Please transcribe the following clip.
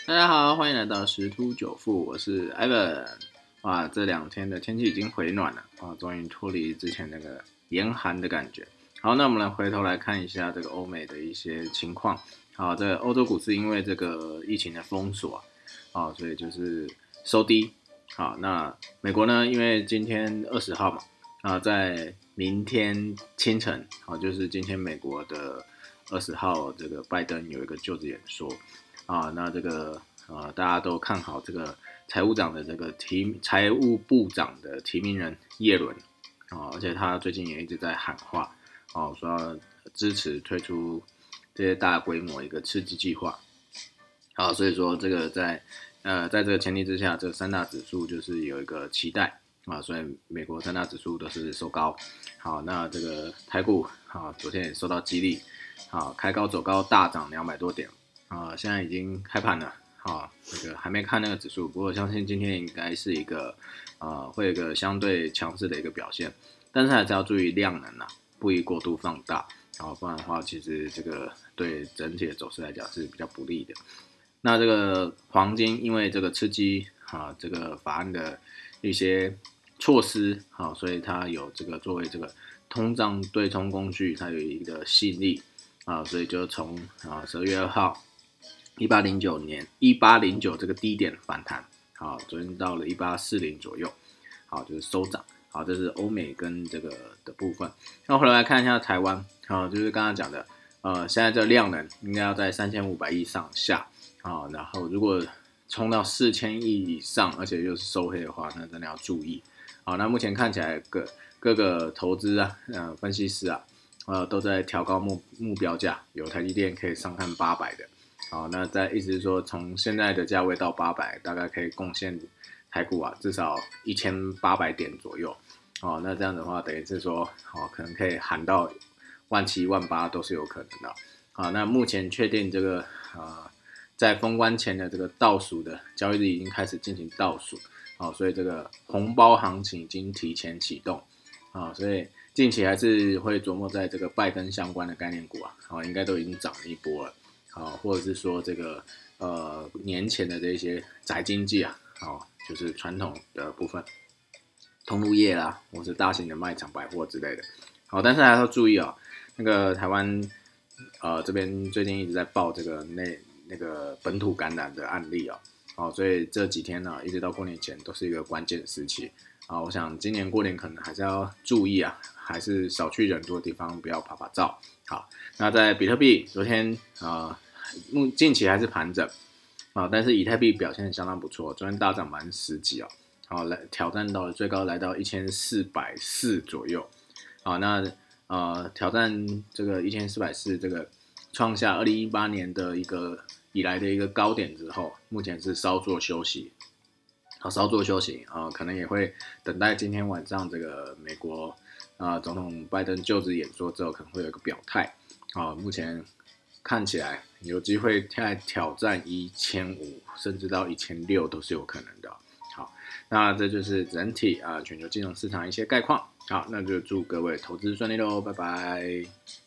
大家好，欢迎来到十突九富，我是 Ivan。哇，这2天的天气已经回暖了啊，终于脱离之前那个严寒的感觉。好，那我们来回头来看一下这个欧美的一些情况。好，这个欧洲股市因为这个疫情的封锁所以就是收低。好，那美国呢，因为今天20号嘛，在明天清晨，好，就是今天美国的20号，这个拜登有一个就职演说。那这个大家都看好这个财务部长的提名人耶伦而且他最近也一直在喊话说要支持推出这些大规模一个刺激计划所以说这个在这个前提之下，这三大指数就是有一个期待所以美国三大指数都是收高。好，那这个台股昨天也受到激励，开高走高，大涨200多点。现在已经开盘了，这个还没看那个指数，不过我相信今天应该是一个会有一个相对强势的一个表现，但是还是要注意量能不宜过度放大，不然的话，其实这个对整体的走势来讲是比较不利的。那这个黄金因为这个刺激这个法案的一些措施所以它有这个作为这个通胀对冲工具，它有一个吸引力所以就从12月2号1809这个低点反弹，昨天到了1840左右，就是收涨。好，这是欧美跟这个的部分。那回来看一下台湾，就是刚刚讲的，现在这量能应该要在3500亿上下，然后如果冲到4000亿以上，而且又是收黑的话，那真的要注意。好，那目前看起来各个投资分析师都在调高目标价，有台积电可以上看800的。好，那意思是说，从现在的价位到800，大概可以贡献台股至少1800点左右。那这样的话，等于是说，可能可以喊到17000、18000都是有可能的。那目前确定这个在封关前的这个倒数的交易日已经开始进行倒数，所以这个红包行情已经提前启动，所以近期还是会琢磨在这个拜登相关的概念股应该都已经涨了一波了，或者是说这个年前的这些宅经济就是传统的部分，通路业啦，或是大型的卖场百货之类的，但是还要注意那个台湾这边最近一直在报这个那个本土感染的案例所以这几天一直到过年前都是一个关键时期我想今年过年可能还是要注意还是少去人多的地方，不要拍拍照。好，那在比特币昨天近期还是盘整但是以太币表现相当不错，昨天大涨10%几来挑战到最高来到1440左右那挑战这个1440这个创下2018年的以来的一个高点之后，目前是稍作休息，可能也会等待今天晚上这个美国总统拜登就职演说之后，可能会有一个表态目前看起来有机会挑战1500，甚至到1600都是有可能的。好，那这就是整体全球金融市场一些概况。好，那就祝各位投资顺利喽，拜拜。